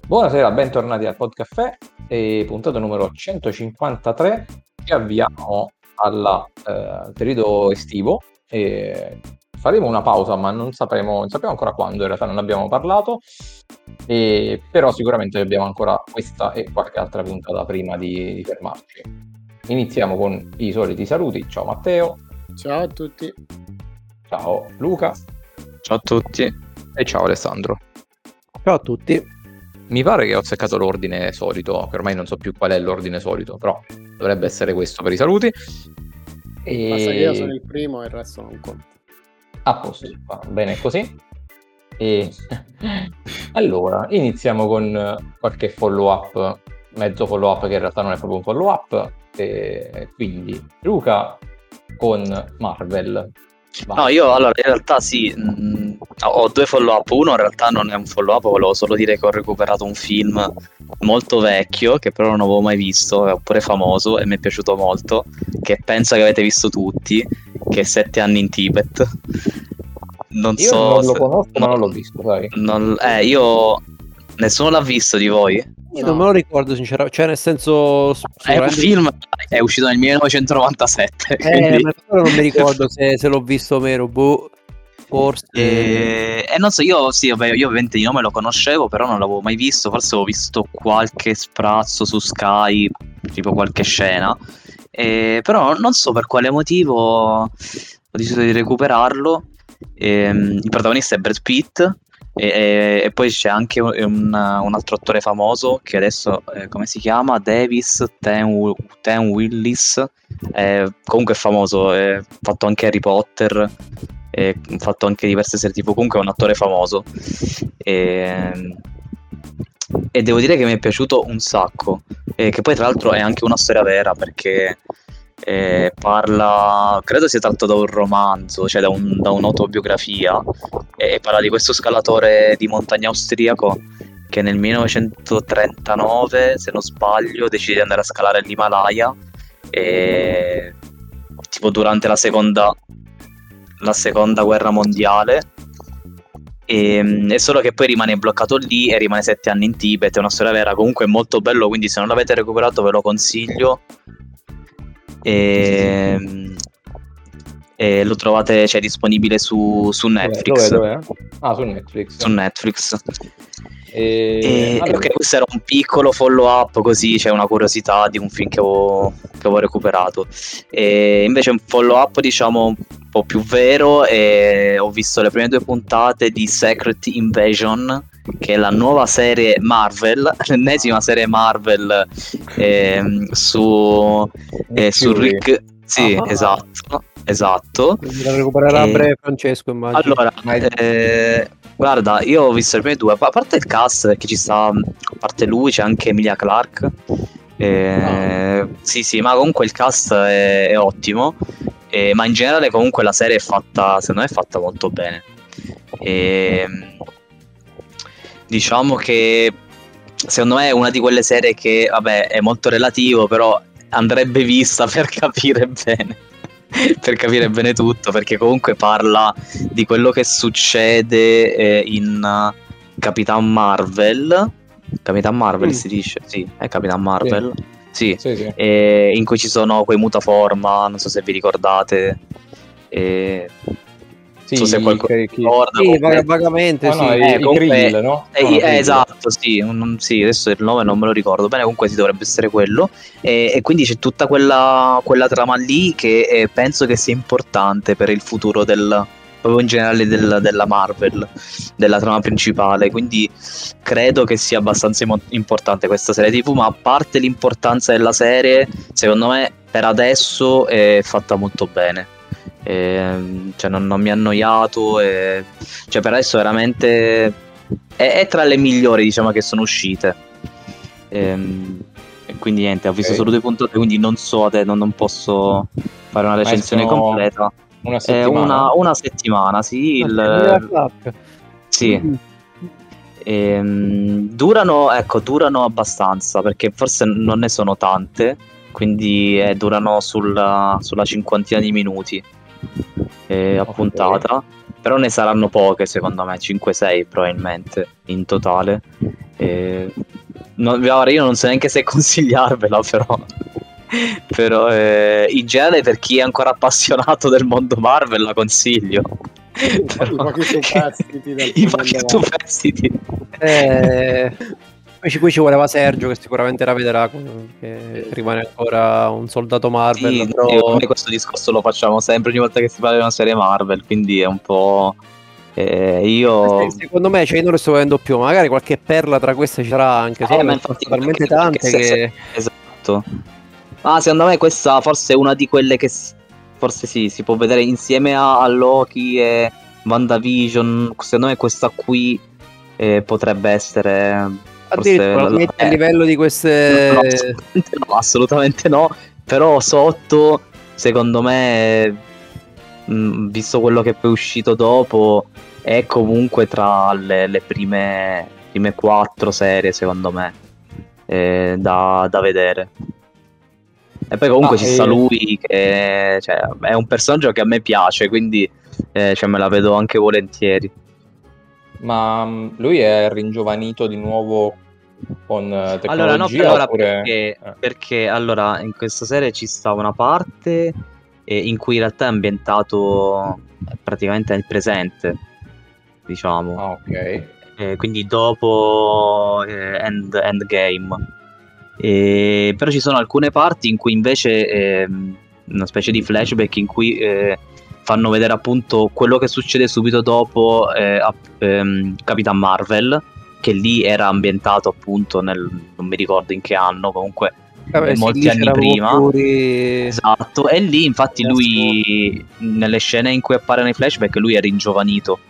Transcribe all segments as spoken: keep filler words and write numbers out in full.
Buonasera, bentornati al Podcaffè, e puntata numero centocinquantatré. Ci avviamo alla, eh, al periodo estivo e faremo una pausa, ma non sapremo, non sappiamo ancora quando, in realtà non abbiamo parlato, e, però sicuramente abbiamo ancora questa e qualche altra puntata prima di, di fermarci. Iniziamo con i soliti saluti. Ciao Matteo. Ciao a tutti. Ciao Luca. Ciao a tutti. E ciao Alessandro. Ciao a tutti. Mi pare che ho azzeccato l'ordine solito, che ormai non so più qual è l'ordine solito, però dovrebbe essere questo per i saluti. E... Basta che io sono il primo e il resto non conta. A posto, va bene così. E allora, iniziamo con qualche follow up, mezzo follow up che in realtà non è proprio un follow up. E quindi Luca con Marvel. Vai. No, io allora in realtà sì, mh, ho due follow up. Uno in realtà non è un follow up, volevo solo dire che ho recuperato un film molto vecchio che però non avevo mai visto, è pure famoso e mi è piaciuto molto, che penso che avete visto tutti, che è Sette anni in Tibet. Non io so non lo se, conosco, ma non, non l'ho visto, sai. Non, eh, io nessuno l'ha visto di voi? Io no. Non me lo ricordo sinceramente, cioè nel senso è un film, è uscito nel millenovecentonovantasette, eh, quindi... ma però non mi ricordo se, se l'ho visto o meno, boh, forse e... e non so, io sì, vabbè, io ovviamente di nome lo conoscevo, però non l'avevo mai visto, forse avevo visto qualche sprazzo su Sky, tipo qualche scena, e... però non so per quale motivo ho deciso di recuperarlo. E, il protagonista è Brad Pitt. E, e poi c'è anche un, un altro attore famoso che adesso eh, come si chiama? Davis Ten, Ten Willis, eh, comunque è famoso, ha fatto anche Harry Potter, ha fatto anche diverse serie tivù, comunque è un attore famoso e, e devo dire che mi è piaciuto un sacco, e che poi tra l'altro è anche una storia vera, perché Eh, parla, credo sia tratto da un romanzo, cioè da, un, da un'autobiografia, e parla di questo scalatore di montagna austriaco che nel millenovecentotrentanove, se non sbaglio, decide di andare a scalare l'Himalaya, e tipo durante la seconda la seconda guerra mondiale, e, è solo che poi rimane bloccato lì e rimane sette anni in Tibet. È una storia vera, comunque è molto bello, quindi se non l'avete recuperato ve lo consiglio. E, e lo trovate, cioè, disponibile su, su Netflix. Dove, dove? Ah, su Netflix. Su Netflix. E, e allora... ok, questo era un piccolo follow up, così c'è una curiosità di un film che avevo, che avevo recuperato. E invece un follow up, diciamo, un po' più vero, e ho visto le prime due puntate di Secret Invasion, che è la nuova serie Marvel, l'ennesima serie Marvel eh, su, eh, su Rick. Sì, ah, esatto, esatto. La recupererà e... a breve Francesco, immagino. Allora, eh, guarda, io ho visto le prime due, a parte il cast, che ci sta, a parte lui c'è anche Emilia Clarke. Eh, oh. Sì, sì, ma comunque il cast è, è ottimo. Eh, ma in generale comunque la serie è fatta, secondo me è fatta molto bene. E... diciamo che secondo me è una di quelle serie che, vabbè, è molto relativo, però andrebbe vista per capire bene per capire bene tutto, perché comunque parla di quello che succede eh, in uh, Capitan Marvel. Capitan Marvel mm. si dice? Sì, è Capitan Marvel. Sì, sì, sì, sì. E in cui ci sono quei mutaforma, non so se vi ricordate. E... Sì, so se qualcuno chi, chi... ricorda. Sì, comunque... vagamente, no, sì. No, eh, i, comunque... i Krill, no? Eh, no, eh, esatto, sì, un, sì, adesso il nome non me lo ricordo bene, comunque si dovrebbe essere quello. E, e quindi c'è tutta quella, quella trama lì che eh, penso che sia importante per il futuro del, proprio in generale del, della Marvel, della trama principale. Quindi credo che sia abbastanza importante questa serie tivù, ma a parte l'importanza della serie, secondo me per adesso è fatta molto bene. E, cioè non, non mi ha annoiato, e, cioè per adesso veramente è, è tra le migliori, diciamo, che sono uscite. E, e quindi niente, ho visto okay. solo due puntate, quindi non so, te, non, non posso fare una recensione completa. Una settimana? Una, una settimana, sì. Il, sì. Mm. E, durano, ecco, durano abbastanza, perché forse non ne sono tante, quindi eh, durano sulla, sulla cinquantina di minuti eh, a okay. puntata, però ne saranno poche secondo me, cinque sei probabilmente in totale. E... Non, ora io non so neanche se consigliarvela, però. Però eh, in genere per chi è ancora appassionato del mondo Marvel la consiglio. Però... I pochi superstiti del I pochi superstiti. Eh, poi ci, qui ci voleva Sergio che sicuramente la vedrà, che rimane ancora un soldato Marvel. Sì, però... io, noi questo discorso lo facciamo sempre ogni volta che si parla di una serie Marvel, quindi è un po'... Eh, io... Secondo me, cioè, io non lo sto vedendo più, magari qualche perla tra queste ci sarà anche, eh, ma infatti talmente perché, tante perché che... se, esatto. Ah, secondo me questa forse è una di quelle che forse sì, si può vedere insieme a, a Loki e WandaVision. Secondo me questa qui eh, potrebbe essere addirittura la, a livello di queste... No, assolutamente no, assolutamente no, però sotto secondo me mh, visto quello che poi è uscito dopo è comunque tra le, le prime prime quattro serie secondo me eh, da, da vedere. E poi comunque ah, ci e... sta lui che cioè, è un personaggio che a me piace, quindi eh, cioè, me la vedo anche volentieri. Ma um, lui è ringiovanito di nuovo con tecnologia? Allora no, allora oppure... perché, eh. perché allora in questa serie ci sta una parte eh, in cui in realtà è ambientato praticamente nel presente, diciamo. Ah, ok. Eh, quindi dopo eh, end, Endgame. Eh, però ci sono alcune parti in cui invece eh, una specie di flashback in cui eh, fanno vedere appunto quello che succede subito dopo eh, a ehm, Capitan Marvel, che lì era ambientato appunto nel non mi ricordo in che anno, comunque Vabbè, molti sì, anni prima. Fuori... Esatto, e lì infatti lui nelle scene in cui appare nei flashback lui è ringiovanito.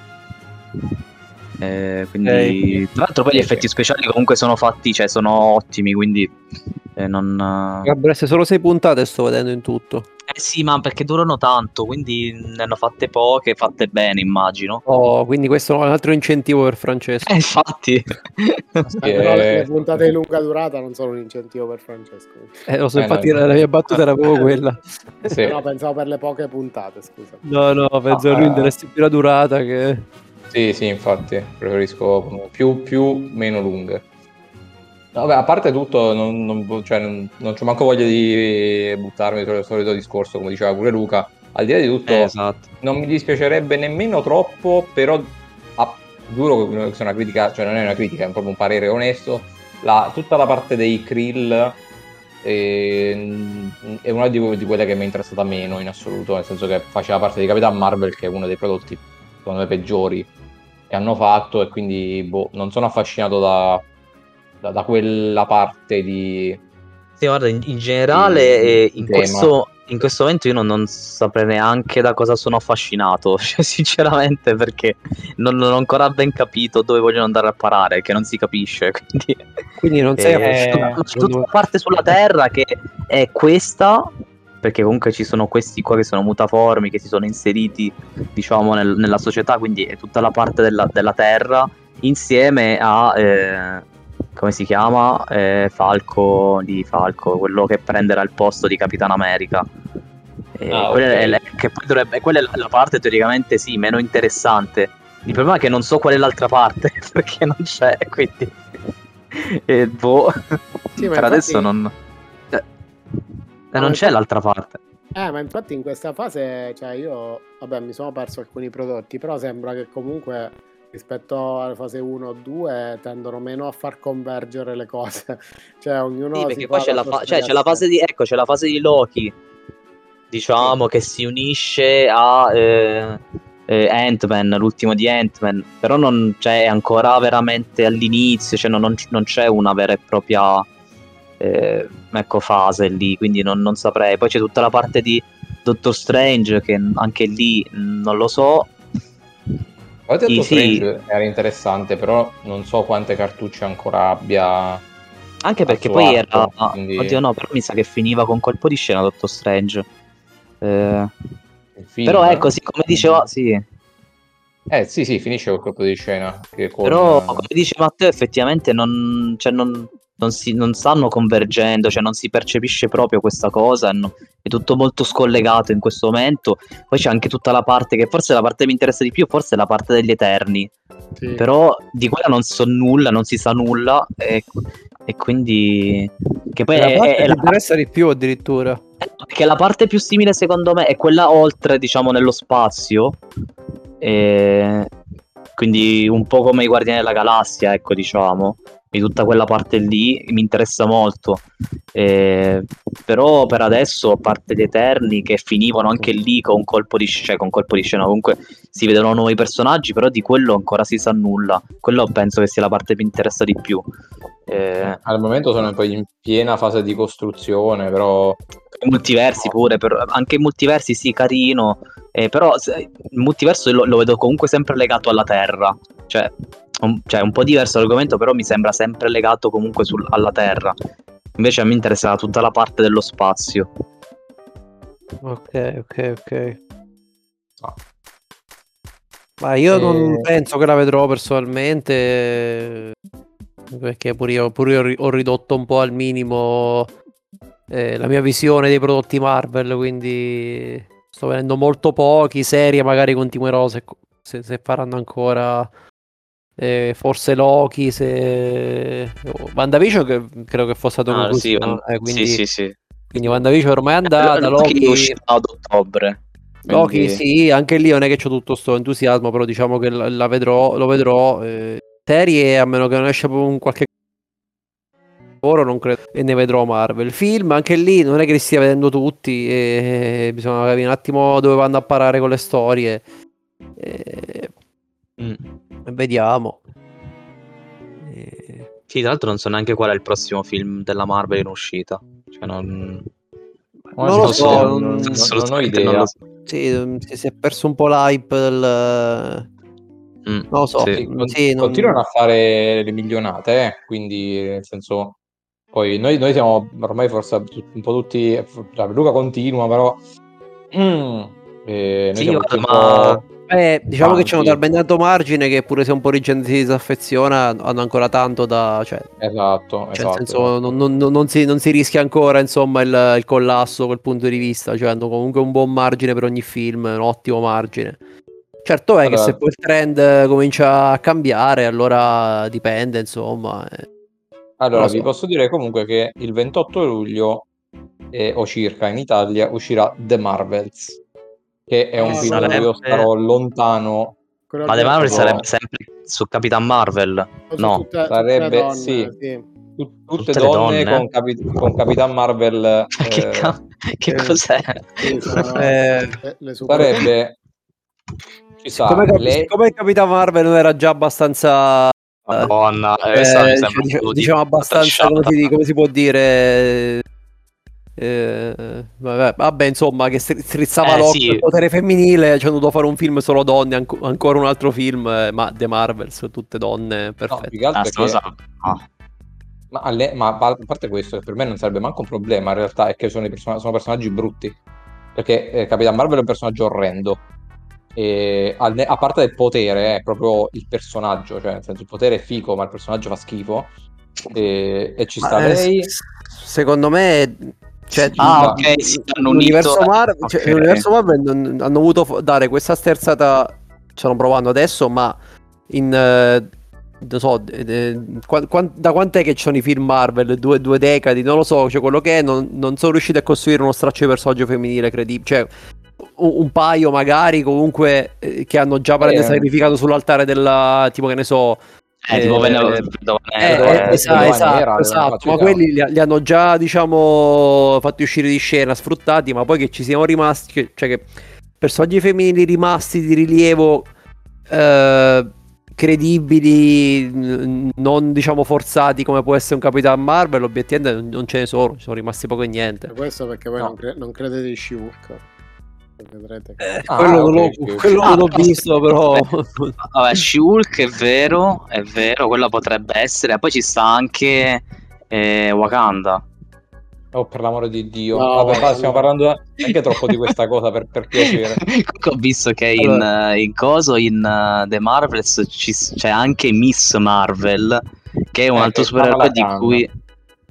Eh, quindi okay. Tra l'altro poi gli effetti speciali comunque sono fatti, cioè sono ottimi, quindi eh, non dovrebbero essere solo sei puntate, sto vedendo in tutto. Eh sì, ma perché durano tanto, quindi ne hanno fatte poche, fatte bene immagino. Oh, quindi questo è un altro incentivo per Francesco. Eh, infatti. Aspetta, eh, però le puntate di lunga durata non sono un incentivo per Francesco. Eh, lo so, eh, infatti no, la mia battuta era proprio quella. Sì. No, pensavo per le poche puntate, scusa. No, no, penso ah, a lui interessa più la durata che... Sì, sì, infatti, preferisco più, più, meno lunghe. Vabbè, a parte tutto, non, non, cioè, non, non c'ho manco voglia di buttarmi sul solito discorso, come diceva pure Luca. Al di là di tutto, eh, esatto. non mi dispiacerebbe nemmeno troppo, però a, giuro che è una critica, cioè non è una critica, è proprio un parere onesto. La, tutta la parte dei Krill è, è una di, di quelle che mi è interessata meno in assoluto, nel senso che faceva parte di Capitan Marvel, che è uno dei prodotti secondo me peggiori che hanno fatto, e quindi boh, non sono affascinato da, da, da quella parte di... Sì, guarda, in, in generale di, eh, in, questo, in questo momento io non, non saprei neanche da cosa sono affascinato, cioè, sinceramente, perché non, non ho ancora ben capito dove vogliono andare a parare, che non si capisce, quindi... Quindi non sei affascinato. C'è tutta la parte sulla Terra che è questa... perché comunque ci sono questi qua che sono mutaformi, che si sono inseriti, diciamo, nel, nella società, quindi è tutta la parte della, della Terra, insieme a, eh, come si chiama? Eh, Falco, di Falco, quello che prenderà il posto di Capitan America. E ah, quella, okay. è, che poi dovrebbe, quella è la parte teoricamente, sì, meno interessante. Il problema è che non so qual è l'altra parte, perché non c'è, quindi... e boh, sì, per adesso non... E non c'è l'altra parte. Eh, ma infatti in questa fase, cioè io, vabbè, mi sono perso alcuni prodotti, però sembra che comunque rispetto alla fase uno o due tendono meno a far convergere le cose. Cioè ognuno sì, perché si poi fa c'è la, fa- cioè, c'è la fase di ecco, c'è la fase di Loki, diciamo, sì, che si unisce a eh, eh, Ant-Man, l'ultimo di Ant-Man, però non c'è ancora veramente all'inizio, cioè non, non, non c'è una vera e propria Eh, ecco fase lì, quindi non, non saprei. Poi c'è tutta la parte di Doctor Strange che anche lì non lo so. Doctor sì, Strange sì. Era interessante, però non so quante cartucce ancora abbia, anche perché poi arco, era quindi... oddio no, però mi sa che finiva con colpo di scena Doctor Strange, eh, però ecco sì, come diceva sì Eh sì sì, finisce col colpo di scena che con... però come dice Matteo effettivamente non, cioè, non, non, si, non stanno convergendo, cioè non si percepisce proprio questa cosa, no, è tutto molto scollegato in questo momento. Poi c'è anche tutta la parte che forse è la parte che mi interessa di più, forse è la parte degli Eterni, Sì. però di quella non so nulla, non si sa nulla, e, e quindi che poi È la è, parte è che la ti interessa di più addirittura. che la parte più simile secondo me è quella oltre, diciamo, nello spazio, e quindi un po' come i Guardiani della Galassia, ecco, diciamo, di tutta quella parte lì mi interessa molto. E però per adesso, a parte gli Eterni che finivano anche lì con colpo di scena, cioè con colpo di scena, comunque si vedono nuovi personaggi, però di quello ancora si sa nulla. Quello penso che sia la parte che mi interessa di più. Eh, Al momento sono poi in piena fase di costruzione, però i multiversi pure, per, anche i multiversi sì, carino, eh, però se, il multiverso lo, lo vedo comunque sempre legato alla Terra, cioè un, cioè un po' diverso l'argomento, però mi sembra sempre legato comunque sul, alla Terra. Invece a me interessa tutta la parte dello spazio. Ok, ok, ok. Ah. Ma io E- non penso che la vedrò personalmente, perché pure io, pure io ri- ho ridotto un po' al minimo eh, la mia visione dei prodotti Marvel, quindi sto vedendo molto pochi, serie magari continuerò se, se, se faranno ancora, eh, forse Loki, se... oh, WandaVision che credo che fosse stato Ah, concluso, sì, no? Eh, quindi, sì, sì, sì. quindi WandaVision ormai è andata, Loki Loki... uscirà ad ottobre. Loki Quindi... sì, anche lì non è che c'ho tutto sto entusiasmo, però diciamo che la, la vedrò, lo vedrò. Eh, serie, a meno che non esce proprio un qualche lavoro, non credo, e ne vedrò Marvel. Film, anche lì non è che li stia vedendo tutti, e bisogna capire un attimo dove vanno a parare con le storie. E, Mm. e vediamo. E... Sì, tra l'altro non so neanche qual è il prossimo film della Marvel in uscita. Cioè non... Non lo so, non, non- non- non ho assolutamente non idea. lo so. Sì, si, si è perso un po' l'hype del... Mm, Non lo so. sì. Sì, con- Sì, non- continuano a fare le milionate, eh, quindi nel senso, poi noi, noi siamo ormai forse un po' tutti, cioè, Luca continua, però mm, eh, noi Sì, siamo guarda, tutti un ma- po' Eh, diciamo che c'è un stanchi. talmente tanto margine che pure se un po' di gente si disaffeziona hanno ancora tanto da... Cioè, Esatto, cioè, nel esatto, senso esatto. non, non- non- non si, non si rischia ancora insomma il, il collasso da quel punto di vista, cioè hanno comunque un buon margine per ogni film, un ottimo margine. Certo è che Allora, se poi il trend eh, comincia a cambiare, allora dipende insomma. eh. allora lo vi so. posso dire comunque che il ventotto luglio eh, o circa in Italia uscirà The Marvels, che è un Ah, film dove quello- io sarebbe... starò lontano. quello Ma The che- Marvel Proprio- sarebbe sempre su Capitan Marvel. sono No, tutte, tutte Sarebbe, donne, sì, sì. tut- tutte, Tutte le donne donne? con, Capi- con Capitan Marvel. che, eh, ca- che eh, cos'è? Sì, sono Eh, le, le super... sarebbe, ci Siccome, sta, Cap- lei, siccome Capitan Marvel non era già abbastanza... Madonna, eh, Eh, questa mi cioè, sembra dic- un po' di diciamo abbastanza, come si, come si può dire, eh, vabbè, vabbè, insomma, che stri- strizzava Eh, l'occhio sì. al potere femminile, ci hanno dovuto fare un film solo donne, anco- ancora un altro film, eh, ma The Marvels, tutte donne, no, perfette. più che altro Ah, è sta che, cosa... ah. ma, a lei- ma a parte questo, che per me non sarebbe manco un problema, in realtà è che sono, i person- sono personaggi brutti, perché eh, Capitan Marvel è un personaggio orrendo, e al ne- a parte del potere, è proprio il personaggio, cioè nel senso il potere è figo, ma il personaggio fa schifo, e, e ci sta Ma, eh, lei. s- secondo me, cioè, Ah, Ah, ok, sì, hanno l'universo unito... Marvel, Ok. cioè, l'universo Marvel non- hanno voluto f- dare questa sterzata, stanno provando adesso, ma in... eh, non so, eh, eh, qua- quan- da quant'è che ci sono i film Marvel? Due, due decadi, non lo so, cioè quello che è, non, non sono riusciti a costruire uno straccio di personaggio femminile credibile, cioè un, un paio magari comunque eh, che hanno già Eh. sacrificato sull'altare della, tipo che ne so... Eh, tipo eh, Vedova eh, Nera, eh, eh, esa- Vedova esatto, Nera, esatto, faccio ma chiaro. quelli li, li hanno già, diciamo, fatti uscire di scena, sfruttati, ma poi che ci siano rimasti, che- cioè che personaggi femminili rimasti di rilievo eh, credibili, n- non diciamo forzati come può essere un Capitan Marvel, obiettivamente non, non ce ne sono, ci sono rimasti poco e niente. Questo perché voi No. non, cre- non credete in She-Hulk. Vedrete che... Eh, Ah, quello non ok, l'ho, ok. quello Ah, non l'ho però visto, aspetta, però... aspetta. Vabbè, She-Hulk è vero, è vero, quello potrebbe essere. Poi ci sta anche eh, Wakanda. Oh, per l'amore di Dio. No, Vabbè, guarda, va, stiamo no. parlando anche troppo di questa cosa per, per piacere. Comunque ho visto che in, Allora. eh, in coso, in eh, The Marvels ci s- c'è anche Miss Marvel, che è un Eh, altro che è Kamala supereroe di Khan. cui...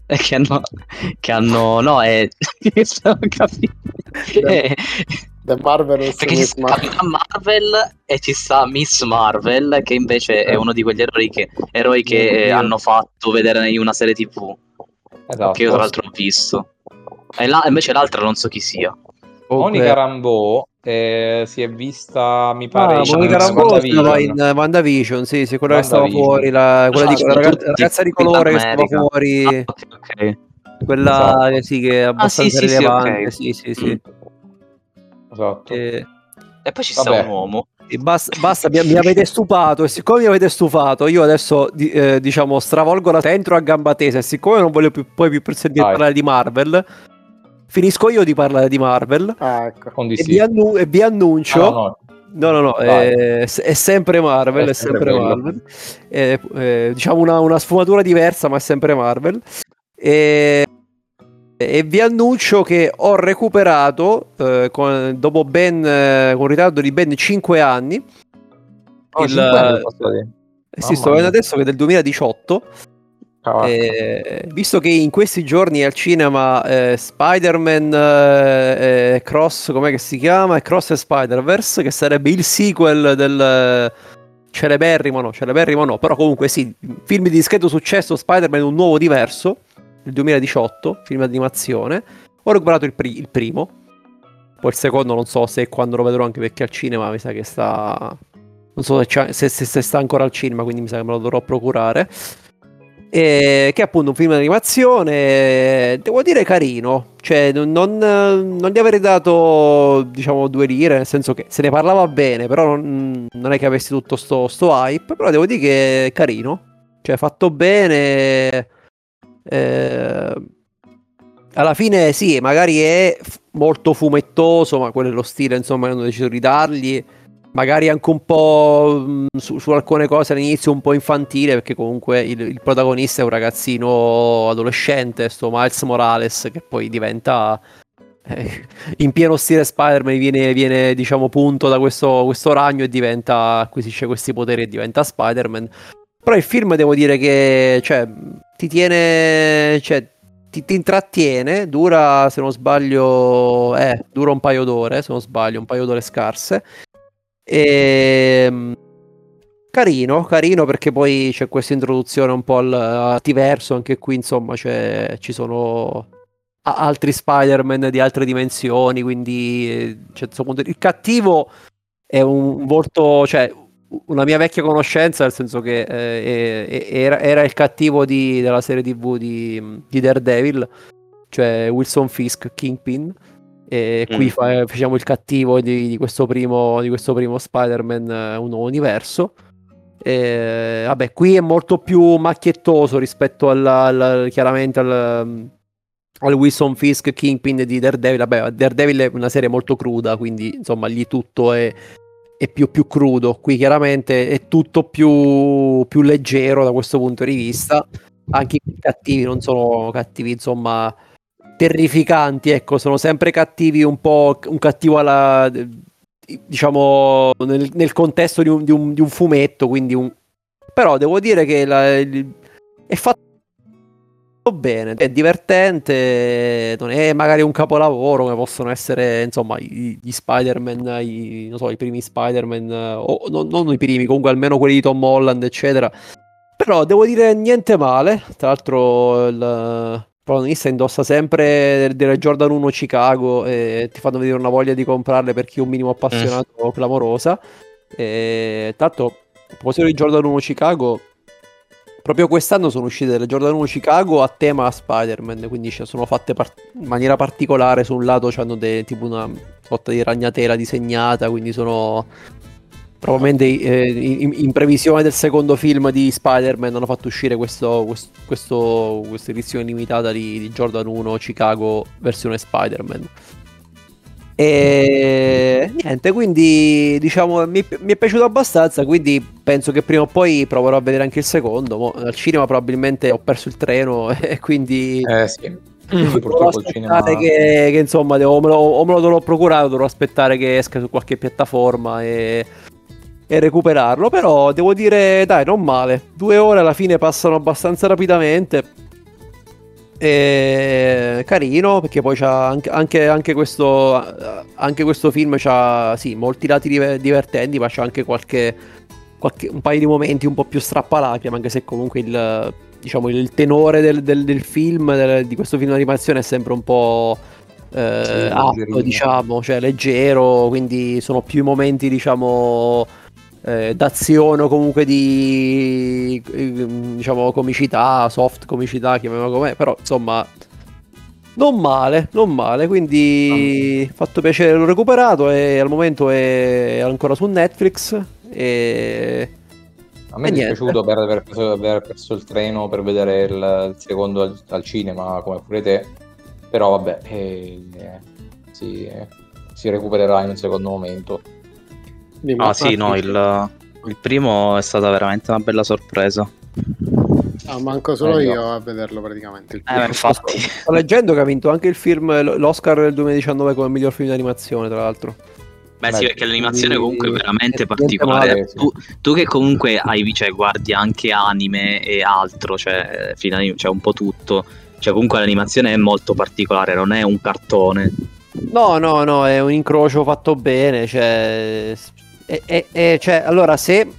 E che hanno, che hanno, no, è, non capito. The, The Marvelous Perché ci Miss sta Marvel. Capitan Marvel e ci sta Miss Marvel, che invece è Eh. uno di quegli eroi che, eroi che Mio eh, Dio. hanno fatto vedere in una serie tivù, Esatto. che io tra l'altro ho visto. E la- invece l'altra non so chi sia. Monica Rambeau eh, si è vista, mi pare, Ah, in Monica eh, Rambeau stava WandaVision. in WandaVision, sì, sì, quella che stava WandaVision. fuori, la, quella di, Ah, la, sì, ragazza, la tutti ragazza di Capitan colore che stava America. fuori, Ah, ok, ok. quella Esatto. eh, sì, che è Ah, sì, abbastanza sì, sì, rilevante, ok. sì, sì, sì. Esatto. E, E poi ci sta Vabbè. un uomo. sì, basta, basta mi, mi avete stufato e siccome mi avete stufato io adesso di- eh, diciamo stravolgo la entro a gamba tesa e siccome non voglio più, poi più per sentire Vai. parlare di Marvel, finisco io di parlare di Marvel Ah, ecco. Con e D C. vi, annu- e vi annuncio Ah, no, no. No, no, no, Vai. è, è sempre Marvel, È è sempre sempre quello. Marvel. È, è, diciamo una, una sfumatura diversa, ma è sempre Marvel. E, e vi annuncio che ho recuperato, eh, con, dopo ben, eh, con un ritardo di ben cinque anni, Oh, il, cinque anni sono stati. eh sì, sto Mamma vedendo mia. adesso che è del duemiladiciotto. Cavacca. Eh, visto che in questi giorni è al cinema eh, Spider-Man eh, eh, Cross, com'è che si chiama? Cross e Spider-Verse, che sarebbe il sequel del eh, celeberrimo, no, celeberrimo no, però comunque sì, film di discreto successo, Spider-Man un nuovo diverso, del duemiladiciotto, film d'animazione. Ho recuperato il, pri- il primo, poi il secondo non so se quando lo vedrò, anche perché al cinema mi sa che sta... Non so se, c'ha- se, se- se sta ancora al cinema, quindi mi sa che me lo dovrò procurare. E che è appunto un film d'animazione, devo dire carino, cioè non, non, non gli avrei dato diciamo due lire, nel senso che se ne parlava bene, però non, non è che avessi tutto sto, sto hype, però devo dire che è carino, cioè fatto bene, eh, alla fine sì, magari è f- molto fumettoso, ma quello è lo stile insomma che hanno deciso di dargli. Magari anche un po' mh, su, su alcune cose all'inizio un po' infantile, perché comunque il, il protagonista è un ragazzino adolescente, sto Miles Morales, che poi diventa eh, in pieno stile Spider-Man, viene, viene diciamo punto da questo, questo ragno e diventa, acquisisce questi poteri e diventa Spider-Man. Però il film devo dire che cioè, ti tiene, cioè, ti, ti intrattiene, dura se non sbaglio, eh, dura un paio d'ore, se non sbaglio, un paio d'ore scarse. E... carino, carino perché poi c'è questa introduzione un po' al, al diverso, anche qui insomma c'è, ci sono a- altri Spider-Man di altre dimensioni, quindi eh, c'è, insomma, il cattivo è un volto, cioè una mia vecchia conoscenza, nel senso che eh, è- è- era, era il cattivo di- della serie tivù di, di Daredevil, cioè Wilson Fisk, Kingpin. E qui Mm. fa- facciamo il cattivo di, di questo primo, di questo primo Spider-Man, eh, un nuovo universo. E, vabbè, qui è molto più macchiettoso rispetto alla, alla- chiaramente al, al Wilson Fisk Kingpin di Daredevil. Vabbè, Daredevil è una serie molto cruda, quindi insomma lì tutto è, è più, più crudo. Qui chiaramente è tutto più, più leggero da questo punto di vista. Anche i cattivi non sono cattivi, insomma terrificanti, ecco, sono sempre cattivi, un po' un cattivo alla diciamo nel, nel contesto di un, di, un, di un fumetto, quindi un però devo dire che la, il, è fatto bene, è divertente, non è magari un capolavoro come possono essere insomma i, gli Spider-Man, i, non so, i primi Spider-Man o non, non i primi, comunque almeno quelli di Tom Holland eccetera, però devo dire niente male. Tra l'altro il protagonista indossa sempre delle Jordan uno Chicago e ti fanno vedere una voglia di comprarle per chi è un minimo appassionato clamorosa. E tra l'altro, a proposito di Jordan uno Chicago, proprio quest'anno sono uscite delle Jordan uno Chicago a tema Spider-Man, quindi ci sono fatte par- in maniera particolare. Su un lato c'hanno de- tipo una sorta di ragnatela disegnata, quindi sono probabilmente eh, in, in previsione del secondo film di Spider-Man hanno fatto uscire questo, questo, questo questa edizione limitata di, di Jordan uno Chicago versione Spider-Man. E niente, quindi diciamo mi, mi è piaciuto abbastanza, quindi penso che prima o poi proverò a vedere anche il secondo. Mo, al cinema probabilmente ho perso il treno e quindi Eh sì. Quindi devo purtroppo il aspettare cinema. che, che insomma devo, o, me lo, o me lo dovrò procurare, dovrò aspettare che esca su qualche piattaforma e, e recuperarlo. Però devo dire dai, non male, due ore alla fine passano abbastanza rapidamente E... carino, perché poi c'ha anche, anche, anche questo anche questo film c'ha sì, molti lati diver- divertenti, ma c'ha anche qualche, qualche un paio di momenti un po' più strappalacrime, anche se comunque il, diciamo, il tenore del, del, del film, del, di questo film d'animazione è sempre un po' eh, Sì, alto, leggerino. diciamo, cioè leggero, quindi sono più i momenti, diciamo, eh, d'azione o comunque di eh, diciamo comicità, soft comicità, chiamiamola come, però insomma non male, non male, quindi fatto piacere, l'ho recuperato e al momento è ancora su Netflix e A me E è niente. dispiaciuto per aver preso, aver perso il treno per vedere il, il secondo al, al cinema, come pure te, però vabbè, eh, eh, si, si recupererà in un secondo momento. Dimmi. Ah sì, no, il, il primo è stata veramente una bella sorpresa. Ah, manco solo Eh, io a vederlo praticamente. Il Eh, ma infatti. Sto leggendo che ha vinto anche il film, l'Oscar del duemiladiciannove come miglior film di animazione, tra l'altro. Beh, sì, Beh, perché l'animazione quindi- comunque è veramente niente particolare. male, sì. Tu, tu che comunque hai, cioè, guardi anche anime e altro, cioè, fino a- cioè un po' tutto. Cioè, comunque l'animazione è molto particolare, non è un cartone. No, no, no, è un incrocio fatto bene, cioè... è- è- è- cioè, allora, se...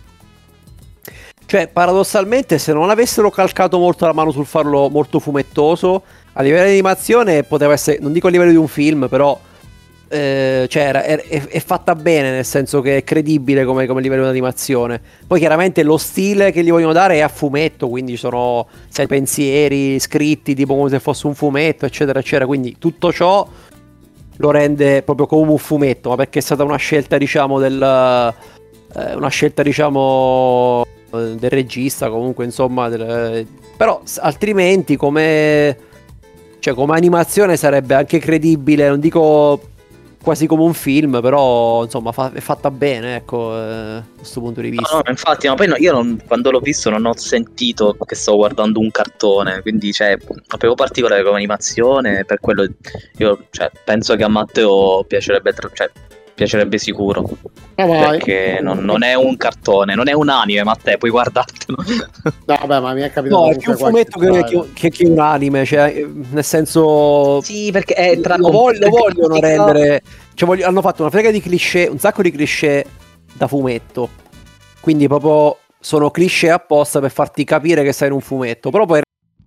Cioè, paradossalmente, se non avessero calcato molto la mano sul farlo molto fumettoso, a livello di animazione poteva essere, non dico a livello di un film, però... eh, cioè, era- è, è- è fatta bene, nel senso che è credibile come, come livello di animazione. Poi chiaramente lo stile che gli vogliono dare è a fumetto, quindi ci sono sai, pensieri scritti tipo come se fosse un fumetto, eccetera, eccetera. Quindi tutto ciò lo rende proprio come un fumetto, ma perché è stata una scelta, diciamo, del eh, una scelta, diciamo, eh, del regista, comunque, insomma, del- però s- altrimenti come cioè come animazione sarebbe anche credibile, non dico quasi come un film, però insomma fa- è fatta bene, ecco, eh, da questo punto di No, vista. no, infatti, ma poi no, io non- quando l'ho visto non ho sentito che stavo guardando un cartone, quindi cioè, proprio particolare come animazione, per quello io cioè, penso che a Matteo piacerebbe, tra- cioè, piacerebbe sicuro, Ah, ma- perché non, non è un cartone, non è un anime, Matteo, puoi guardartelo. No, vabbè, ma mi è capitato No, è comunque più un qualche fumetto che, trailer. che- che- che un anime, cioè, eh, nel senso... Sì, perché è tra lo, vog- lo vogliono computer- rendere... Cioè, voglio- hanno fatto una frega di cliché, un sacco di cliché da fumetto. Quindi proprio sono cliché apposta per farti capire che sei in un fumetto. Però poi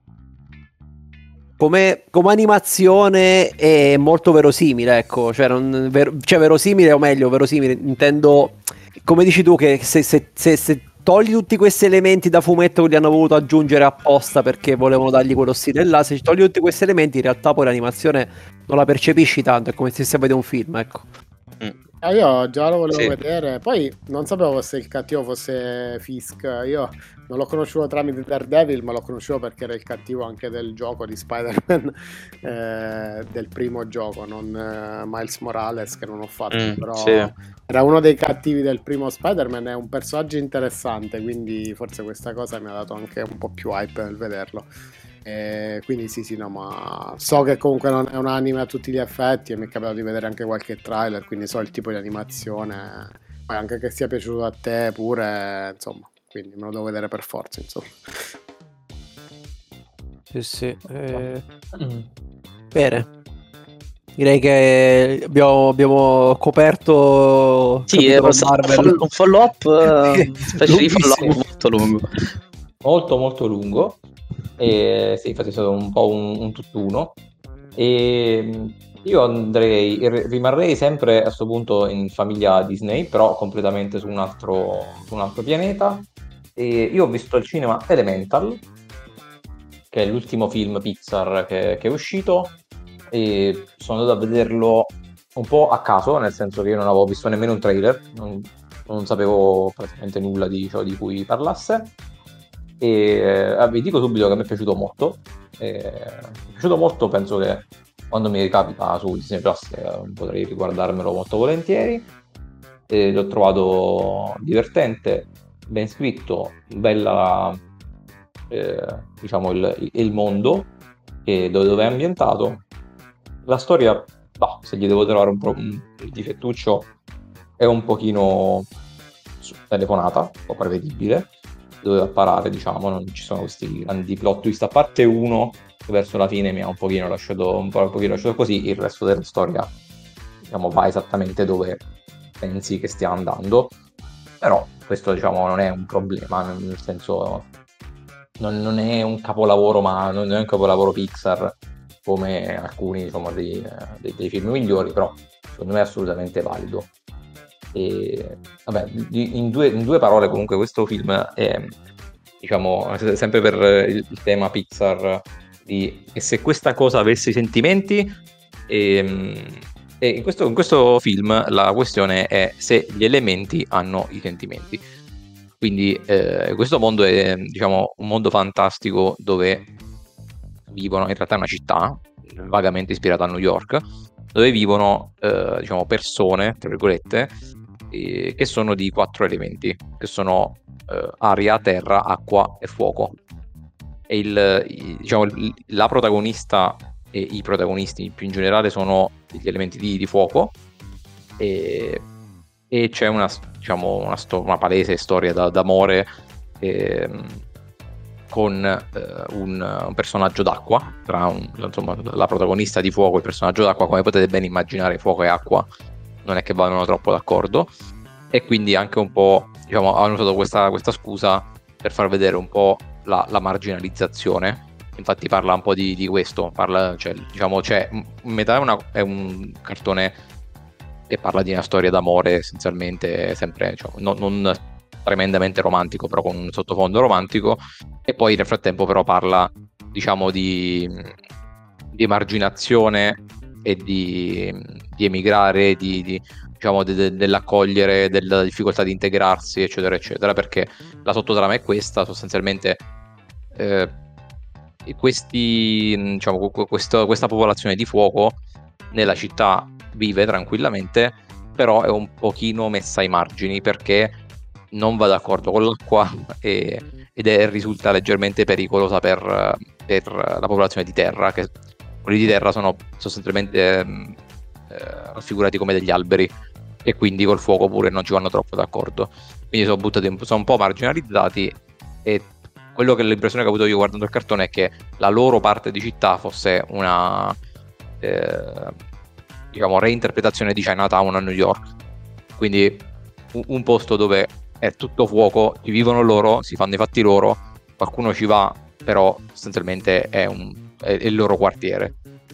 come, come animazione è molto verosimile, ecco. Cioè, non- ver- cioè, verosimile o meglio, verosimile, intendo... Come dici tu, che se, se- se- se togli tutti questi elementi da fumetto che li hanno voluto aggiungere apposta perché volevano dargli quello stile là, se togli tutti questi elementi in realtà poi l'animazione non la percepisci tanto, è come se si vede un film, ecco. Ah, io già lo volevo Sì. vedere, poi non sapevo se il cattivo fosse Fisk. Io non l'ho conosciuto tramite Daredevil, ma l'ho conosciuto perché era il cattivo anche del gioco di Spider-Man, eh, del primo gioco, non eh, Miles Morales che non ho fatto, Mm, però sì. era uno dei cattivi del primo Spider-Man, è un personaggio interessante, quindi forse questa cosa mi ha dato anche un po' più hype nel vederlo. Eh, quindi sì sì no, ma so che comunque non è un anime a tutti gli effetti e mi è capitato di vedere anche qualche trailer, quindi so il tipo di animazione, poi anche che sia piaciuto a te pure, insomma, quindi me lo devo vedere per forza, insomma. Sì, sì. eh, Mm. Bene. Direi che abbiamo, abbiamo coperto il Sì, capitolo è stato un Marvel. follow- un follow-up, eh, specie di follow-up Lunghissimo. molto lungo. Molto molto lungo, e sì, infatti è stato un po' un, un tutt'uno, e mh, io andrei, r- rimarrei sempre a questo punto in famiglia Disney, però completamente su un altro, su un altro pianeta. E io ho visto al cinema Elemental, che è l'ultimo film Pixar che, che è uscito, e sono andato a vederlo un po' a caso, nel senso che io non avevo visto nemmeno un trailer, non, non sapevo praticamente nulla di ciò di cui parlasse. E eh, vi dico subito che mi è piaciuto molto. Eh, mi è piaciuto molto, penso che quando mi ricapita su Disney Plus eh, potrei riguardarmelo molto volentieri. E l'ho trovato divertente, ben scritto, bella, eh, diciamo, il, il mondo che, dove, dove è ambientato. La storia, bah, se gli devo trovare un, pro- un difettuccio, è un pochino su- telefonata, un po' prevedibile, doveva parare, diciamo, non ci sono questi grandi plot twist, a parte uno verso la fine mi ha un pochino lasciato un, po', un pochino lasciato così. Il resto della storia, diciamo, va esattamente dove pensi che stia andando, però questo, diciamo, non è un problema, nel senso non, non è un capolavoro, ma non è un capolavoro Pixar come alcuni, diciamo, dei, dei, dei film migliori, però secondo me è assolutamente valido. E vabbè, in due, in due parole comunque questo film è, diciamo, sempre per il, il tema Pixar di e se questa cosa avesse i sentimenti, e, e in, questo, in questo film la questione è se gli elementi hanno i sentimenti. Quindi eh, questo mondo è, diciamo, un mondo fantastico dove vivono, in realtà è una città vagamente ispirata a New York, dove vivono eh, diciamo persone, tra virgolette, eh, che sono di quattro elementi, che sono eh, aria, terra, acqua e fuoco. E il, il, diciamo, il, la protagonista e i protagonisti più in generale sono gli elementi di, di fuoco, e, e c'è una, diciamo, una, sto- una palese storia da, d'amore eh, con eh, un, un personaggio d'acqua, tra un, insomma, la protagonista di fuoco e il personaggio d'acqua. Come potete ben immaginare, fuoco e acqua non è che vanno troppo d'accordo, e quindi anche un po', diciamo, hanno usato questa, questa scusa per far vedere un po' la, la marginalizzazione. Infatti parla un po' di, di questo, parla, cioè, diciamo, c'è metà è, una, è un cartone che parla di una storia d'amore essenzialmente, sempre, diciamo, non, non tremendamente romantico, però con un sottofondo romantico, e poi nel frattempo però parla, diciamo, di, di emarginazione e di, di emigrare, di, di diciamo de, de, dell'accogliere, della difficoltà di integrarsi, eccetera eccetera, perché la sottotrama è questa sostanzialmente. Eh, questi, diciamo, questo, questa popolazione di fuoco nella città vive tranquillamente, però è un pochino messa ai margini perché non va d'accordo con l'acqua e, ed è, risulta leggermente pericolosa per, per la popolazione di terra, che quelli di terra sono sostanzialmente eh, raffigurati come degli alberi, e quindi col fuoco pure non ci vanno troppo d'accordo, quindi sono buttati un, sono un po' marginalizzati. E quello che l'impressione che ho avuto io guardando il cartone è che la loro parte di città fosse una eh, diciamo reinterpretazione di Chinatown a New York, quindi un, un posto dove è tutto fuoco, ci vivono loro, si fanno i fatti loro, qualcuno ci va, però sostanzialmente è, un, è, è il loro quartiere.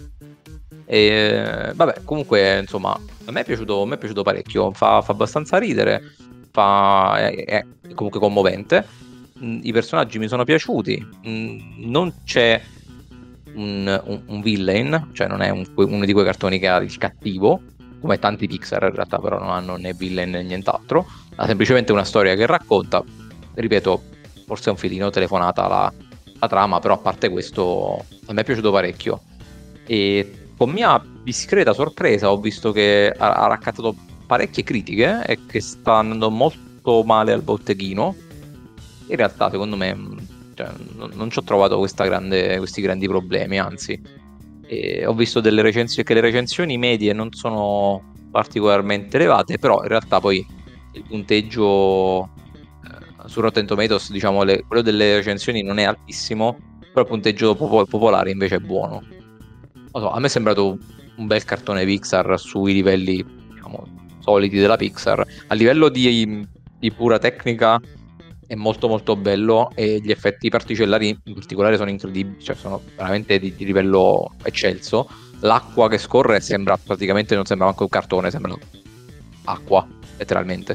E vabbè, comunque, insomma, a me è piaciuto, a me è piaciuto parecchio, fa, fa abbastanza ridere, fa, è, è comunque commovente. I personaggi mi sono piaciuti, non c'è un, un, un villain, cioè non è un, uno di quei cartoni che ha il cattivo, come tanti Pixar in realtà, però non hanno né villain né nient'altro, ha semplicemente una storia che racconta, ripeto, forse è un filino telefonata la, la trama, però a parte questo a me è piaciuto parecchio. E con mia discreta sorpresa ho visto che ha, ha raccattato parecchie critiche e che sta andando molto male al botteghino. In realtà secondo me, cioè, non, non ci ho trovato questa grande, questi grandi problemi, anzi e ho visto delle recensioni che le recensioni medie non sono particolarmente elevate, però in realtà poi il punteggio eh, su Rotten Tomatoes, diciamo, le, quello delle recensioni non è altissimo, però il punteggio pop- popolare invece è buono. Non so, a me è sembrato un bel cartone Pixar sui livelli, diciamo, soliti della Pixar. A livello di, di pura tecnica è molto molto bello, e gli effetti particellari in particolare sono incredibili, cioè sono veramente di, di livello eccelso. L'acqua che scorre sembra praticamente, non sembra manco un cartone, sembra acqua letteralmente.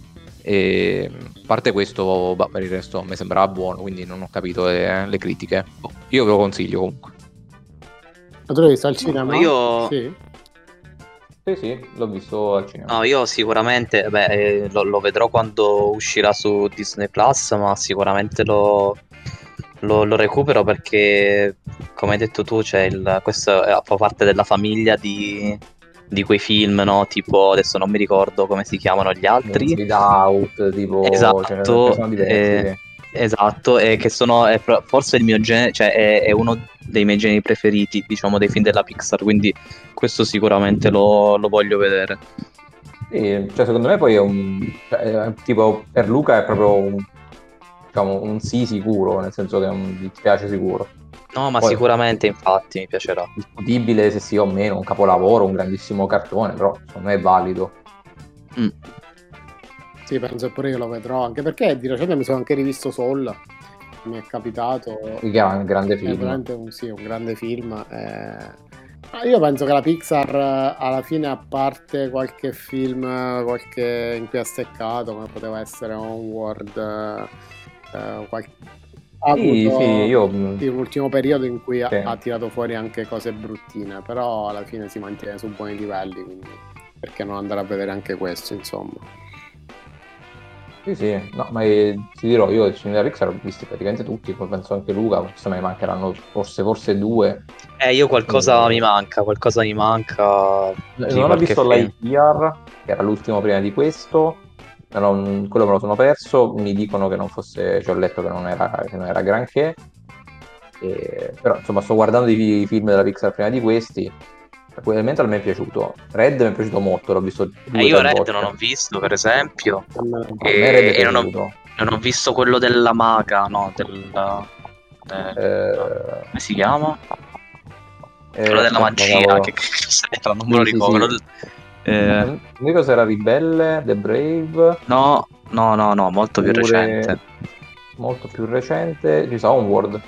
E a parte questo, bah, per il resto mi sembrava buono, quindi non ho capito le, le critiche. Io ve lo consiglio comunque. Ma tu l'hai visto al cinema? No, io... Sì. Sì, sì, l'ho visto al cinema. No, io sicuramente, beh, eh, lo, lo vedrò quando uscirà su Disney Plus, ma sicuramente lo, lo, lo recupero perché, come hai detto tu, c'è il, questo è- fa parte della famiglia di, di quei film, no? Tipo, adesso non mi ricordo come si chiamano gli altri. Inside Out, tipo, cioè, Esatto, sono diversi, eh, sì. esatto, e che sono è pro- forse il mio genere, cioè è, è uno dei miei generi preferiti, diciamo, dei film della Pixar, quindi questo sicuramente lo, lo voglio vedere. Sì, cioè secondo me poi è un cioè, è- tipo per Luca è proprio un, diciamo, un sì sicuro, nel senso che è un, ti piace sicuro. No, ma Poi- sicuramente, infatti, mi piacerà. Discutibile se sì o meno, un capolavoro, un grandissimo cartone, però secondo me è valido. Mm. Sì, penso pure io lo vedrò, anche perché di recente mi sono anche rivisto Soul, mi è capitato, Che è un grande è film. veramente un, sì, un grande film. eh. Ah, io penso che la Pixar eh, alla fine, a parte qualche film eh, qualche in cui ha steccato, come poteva essere Onward, eh, eh, qual- ha Sì, avuto sì, io mh, sì, un ultimo periodo in cui ha, sì. ha tirato fuori anche cose bruttine, però alla fine si mantiene su buoni livelli, quindi perché non andare a vedere anche questo, insomma. Sì, sì, no, ma eh, ti dirò, io i film della Pixar ho visti praticamente tutti, poi penso anche Luca, forse me ne mancheranno forse, forse due. Eh, io qualcosa Eh, mi manca, qualcosa mi manca di Non ho qualche visto film. Lightyear, che era l'ultimo prima di questo, non- quello me lo sono perso, mi dicono che non fosse, ci ho letto che non era, che non era granché, e- però insomma sto guardando i, i film della Pixar prima di questi, Elemental mi è piaciuto, Red mi è piaciuto molto, l'ho visto Eh, due o io tre Red non ho volte. visto, per esempio, A me- A me Red e, è e non ho, piaciuto. non ho visto quello della maga, no, del... del- Eh, come si chiama? eh, Quello della aspetta, magia, cavolo. che cos'era? Non me lo Sì, sì, ricordo. sì. quello del- eh, Non mi ricordo se era Ribelle, The Brave, no, no, no, no, molto più recente. oppure molto più recente, ci sa Onward.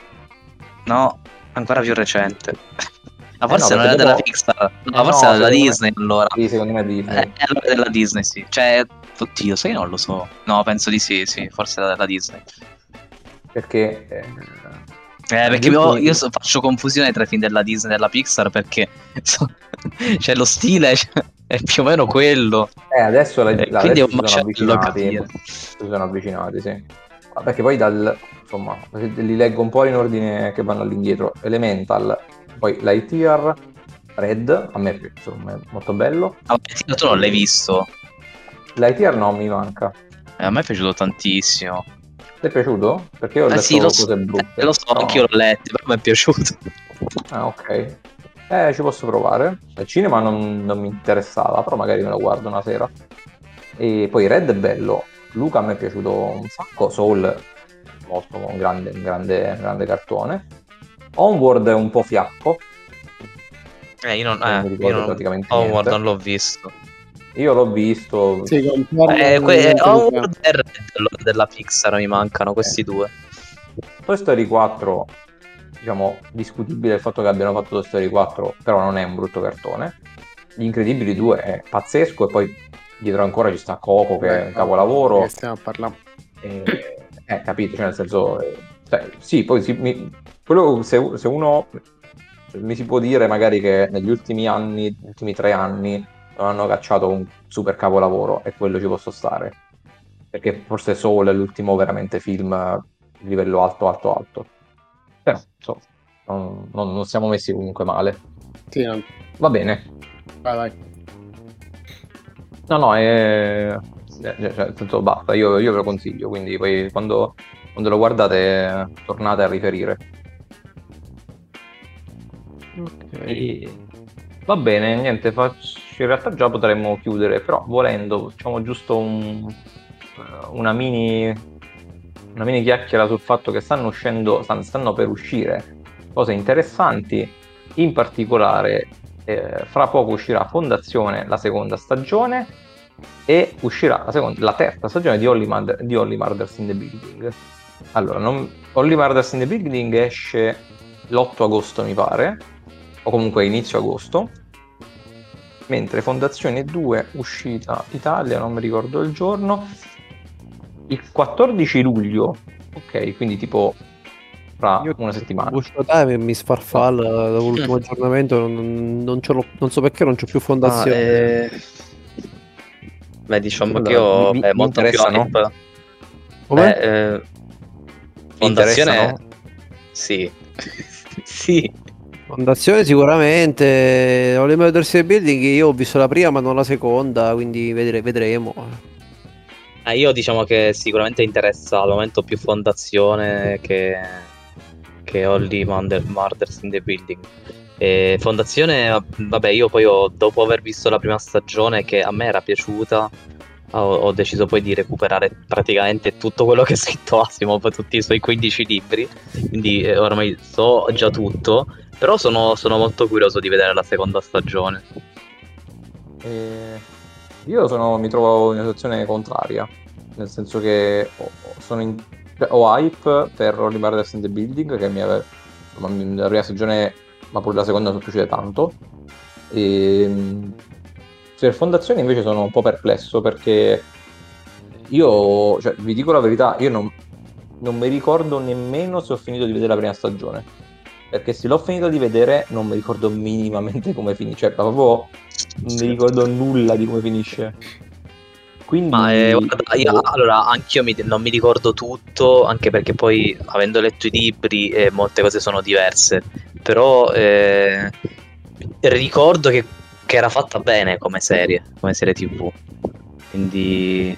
No, ancora più recente. Ma Eh no, forse non perché era della dopo... Pixar, no, Eh forse no, era della secondo me... Disney allora. Sì, secondo me è Eh, Disney. allora della Disney, sì. Cioè, oddio, sai che non lo so. No, penso di sì, sì, forse era della Disney. Perché... eh, Eh, negli perché io, ultimi... io so- faccio confusione tra i film della Disney e della Pixar perché so- cioè, lo stile cioè, è più o meno quello. Eh, adesso, la- Eh, la- quindi è adesso un si sono macello avvicinati. capire. Si sono avvicinati, sì. Ma perché poi dal... Insomma, li leggo un po' in ordine che vanno all'indietro. Elemental, poi Lightyear, Red, a me è piaciuto, a me è molto bello. Ah, Tino, tu non l'hai visto? Lightyear no, mi manca. Eh, a me è piaciuto tantissimo. Ti è piaciuto? Perché io ho Eh letto sì, lo so, cose eh, brutte. lo so, però- anch'io l'ho letto, però mi è piaciuto. Ah, ok. Eh, ci posso provare. Al cinema non, non mi interessava, però magari me lo guardo una sera. E poi Red è bello. Luca a me è piaciuto un sacco. Soul, molto un grande, un grande, un grande cartone. Onward è un po' fiacco. Eh, io non, Non mi eh, ricordo io non, praticamente Onward niente. non l'ho visto. Io l'ho visto. Sì, confermo Eh, que- eh, niente di che. Onward e Red allora, della Pixar mi mancano questi Eh. due. Toy Story quattro, diciamo, discutibile il fatto che abbiano fatto Toy Story quattro, però non è un brutto cartone. Gli Incredibili due è pazzesco, e poi dietro ancora ci sta Coco, che è un capolavoro. Che stiamo a parlare. Eh, eh, capito, cioè nel senso, eh, cioè, sì, poi si- mi- quello se, se uno mi si può dire magari che negli ultimi anni, negli ultimi tre anni, non hanno cacciato un super capolavoro, e quello ci posso stare, perché forse Soul è l'ultimo veramente film di livello alto, alto, alto. Però, insomma, non, non- non siamo messi comunque male. Sì, no. Va bene. Vai, vai. No, no, è... cioè, cioè, nel senso, basta, io, io ve lo consiglio, quindi poi quando, quando lo guardate tornate a riferire. Ok. E- Va bene, niente, faccio... in realtà già potremmo chiudere, però volendo facciamo giusto un- una mini una mini chiacchiera sul fatto che stanno uscendo, stan- stanno per uscire cose interessanti, in particolare eh, fra poco uscirà Fondazione, la seconda stagione, e uscirà la, seconda, la terza stagione di Only, Murder, di Only Murders in the Building. Allora, non, Only Murders in the Building esce l'otto agosto mi pare, o comunque inizio agosto, mentre Fondazione due uscita Italia, non mi ricordo il giorno, il quattordici luglio, ok, quindi tipo fra Io una settimana. Uscio time mi sfarfalla dopo l'ultimo aggiornamento, non, non, ce l'ho- non so perché non c'ho più fondazione. Ah, eh, Beh, diciamo Allora, che io vi- beh, vi molto più interessano? hype. Come? Beh, eh, Vi interessano? Fondazione, sì. Sì. Fondazione sicuramente. Only Murders in the Building io ho visto la prima ma non la seconda, quindi vedre- vedremo. Ah, io diciamo che sicuramente interessa al momento più Fondazione che, che Only Murder- Murders in the Building. E Fondazione, vabbè, io poi ho, dopo aver visto la prima stagione, che a me era piaciuta, ho, ho deciso poi di recuperare praticamente tutto quello che ha scritto Asimov, tutti i suoi quindici libri, quindi eh, ormai so già tutto, però sono, sono molto curioso di vedere la seconda stagione. E io sono, mi trovo in una situazione contraria, nel senso che ho, sono in, ho hype per Only Murders in the Building, che mi aveva, la prima stagione, ma pure la seconda mi sono piaciute tanto. E per Fondazione invece sono un po' perplesso, perché io, cioè, vi dico la verità, io non, non mi ricordo nemmeno se ho finito di vedere la prima stagione, perché se l'ho finito di vedere non mi ricordo minimamente come finisce, cioè proprio non mi ricordo nulla di come finisce. Quindi Ma eh, guarda, io, boh. allora anch'io mi, non mi ricordo tutto, anche perché poi avendo letto i libri eh, molte cose sono diverse, però eh, ricordo che, che era fatta bene come serie, come serie tivù, quindi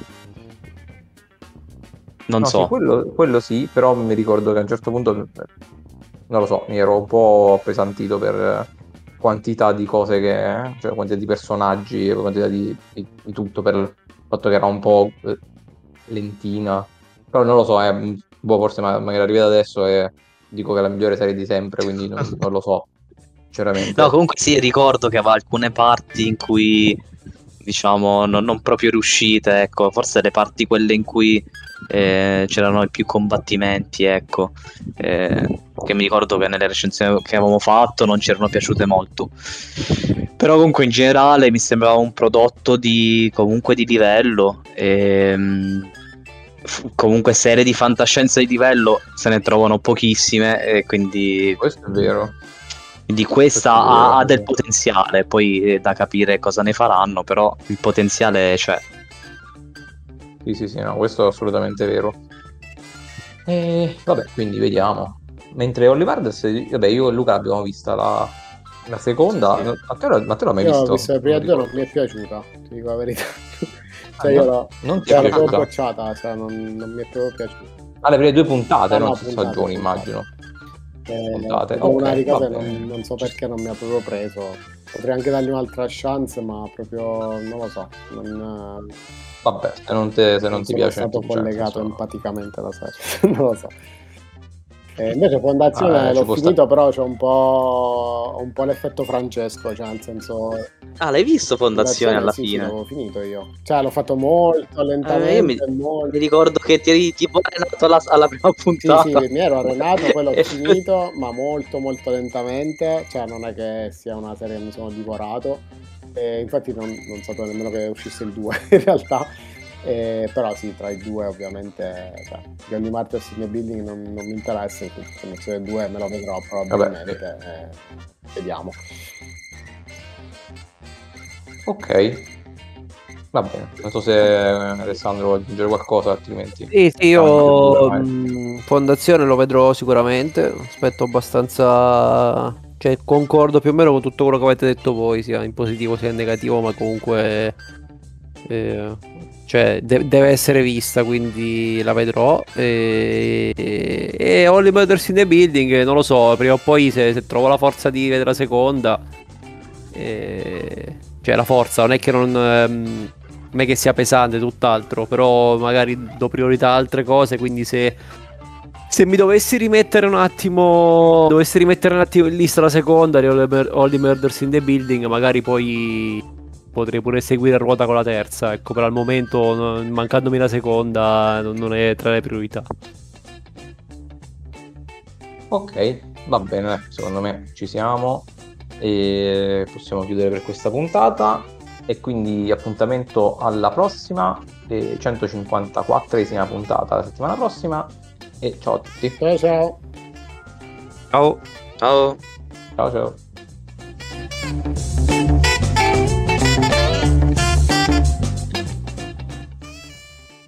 non No, so. sì, quello, quello sì, però mi ricordo che a un certo punto, non lo so, mi ero un po' appesantito per quantità di cose che, cioè quantità di personaggi, quantità di, di, di tutto, per il fatto che era un po' eh, lentina. Però non lo so, è, boh, forse ma- magari arriva adesso e dico che è la migliore serie di sempre, quindi non, non lo so, sinceramente. No, comunque sì, ricordo che aveva alcune parti in cui, diciamo, non, non proprio riuscite, ecco, forse le parti quelle in cui eh, c'erano più combattimenti, ecco, eh, che mi ricordo che nelle recensioni che avevamo fatto non ci erano piaciute molto. Però comunque in generale mi sembrava un prodotto di comunque di livello. ehm, f- comunque serie di fantascienza di livello se ne trovano pochissime e quindi Questo è vero. quindi questa Questo è ha, vero. ha del potenziale, poi è da capire cosa ne faranno, però il potenziale c'è. Sì, sì, sì, no, questo è assolutamente vero. E vabbè, quindi vediamo. Mentre Olivardez, vabbè, io e Luca l'abbiamo vista la, la seconda. Sì. No, A te, lo- ma te l'ho mai Io ho visto? visto le Non prime mi due, non ricordo. mi è piaciuta, ti dico la verità. Ah, Cioè io no? l'ho, Non ti è cioè, l'ho proprio piaciuta? bocciata, cioè non, non mi è proprio piaciuta. Ah, le prime due puntate, Ah non no, su puntate, stagioni, puntate. immagino. Eh, Puntate. proprio una di Ok, va cose non, bene. non so Ci perché non mi ha proprio preso. Potrei anche dargli un'altra chance, ma proprio non lo so. Non, Vabbè, se non, te, se non non ti sono piace, stato cioè, nel collegato senso, empaticamente alla serie. Non lo so. Eh, invece Fondazione ah, eh, ci l'ho può finito, stare. però c'è un po', un po' l'effetto Francesco, cioè nel senso Ah, l'hai visto Fondazione Fondazione alla sì, sì, fine? l'avevo finito io. Cioè l'ho fatto molto Eh, io mi, lentamente, molto. mi ricordo che ti eri tipo allenato alla, alla prima Sì, sì, puntata. mi ero arenato, poi l'ho E- finito, ma molto molto lentamente, cioè non è che sia una serie che mi sono divorato, e infatti non, non sapevo nemmeno che uscisse il due in realtà. Eh, però sì, tra i due ovviamente, cioè, Johnny Martins in the Building non, non mi interessa, in Fondazione due me lo vedrò Vabbè, probabilmente, eh, vediamo. ok, va bene. Non so se Alessandro vuole aggiungere qualcosa, altrimenti. Sì, sì, Siamo tutti e due, io magari. mh, Fondazione lo vedrò sicuramente, aspetto abbastanza, cioè concordo più o meno con tutto quello che avete detto voi, sia in positivo sia in negativo, ma comunque eh, cioè, de- deve essere vista, quindi la vedrò. E, e, e Only Murders in the Building, non lo so, prima o poi se, se trovo la forza di vedere la seconda, eh, cioè la forza, non è che non... ehm, non è che sia pesante, tutt'altro, però magari do priorità a altre cose, quindi se, se mi dovessi rimettere un attimo, dovessi rimettere un attimo in lista la seconda, di All the Mur- All the Murders in the Building, magari poi potrei pure seguire a ruota con la terza, ecco, per al momento, no- mancandomi la seconda, non non è tra le priorità. Ok, va bene, secondo me ci siamo e possiamo chiudere per questa puntata e quindi appuntamento alla prossima, eh, centocinquantaquattresima puntata la settimana prossima e ciao a tutti. Ciao ciao! Ciao! Ciao. Ciao ciao.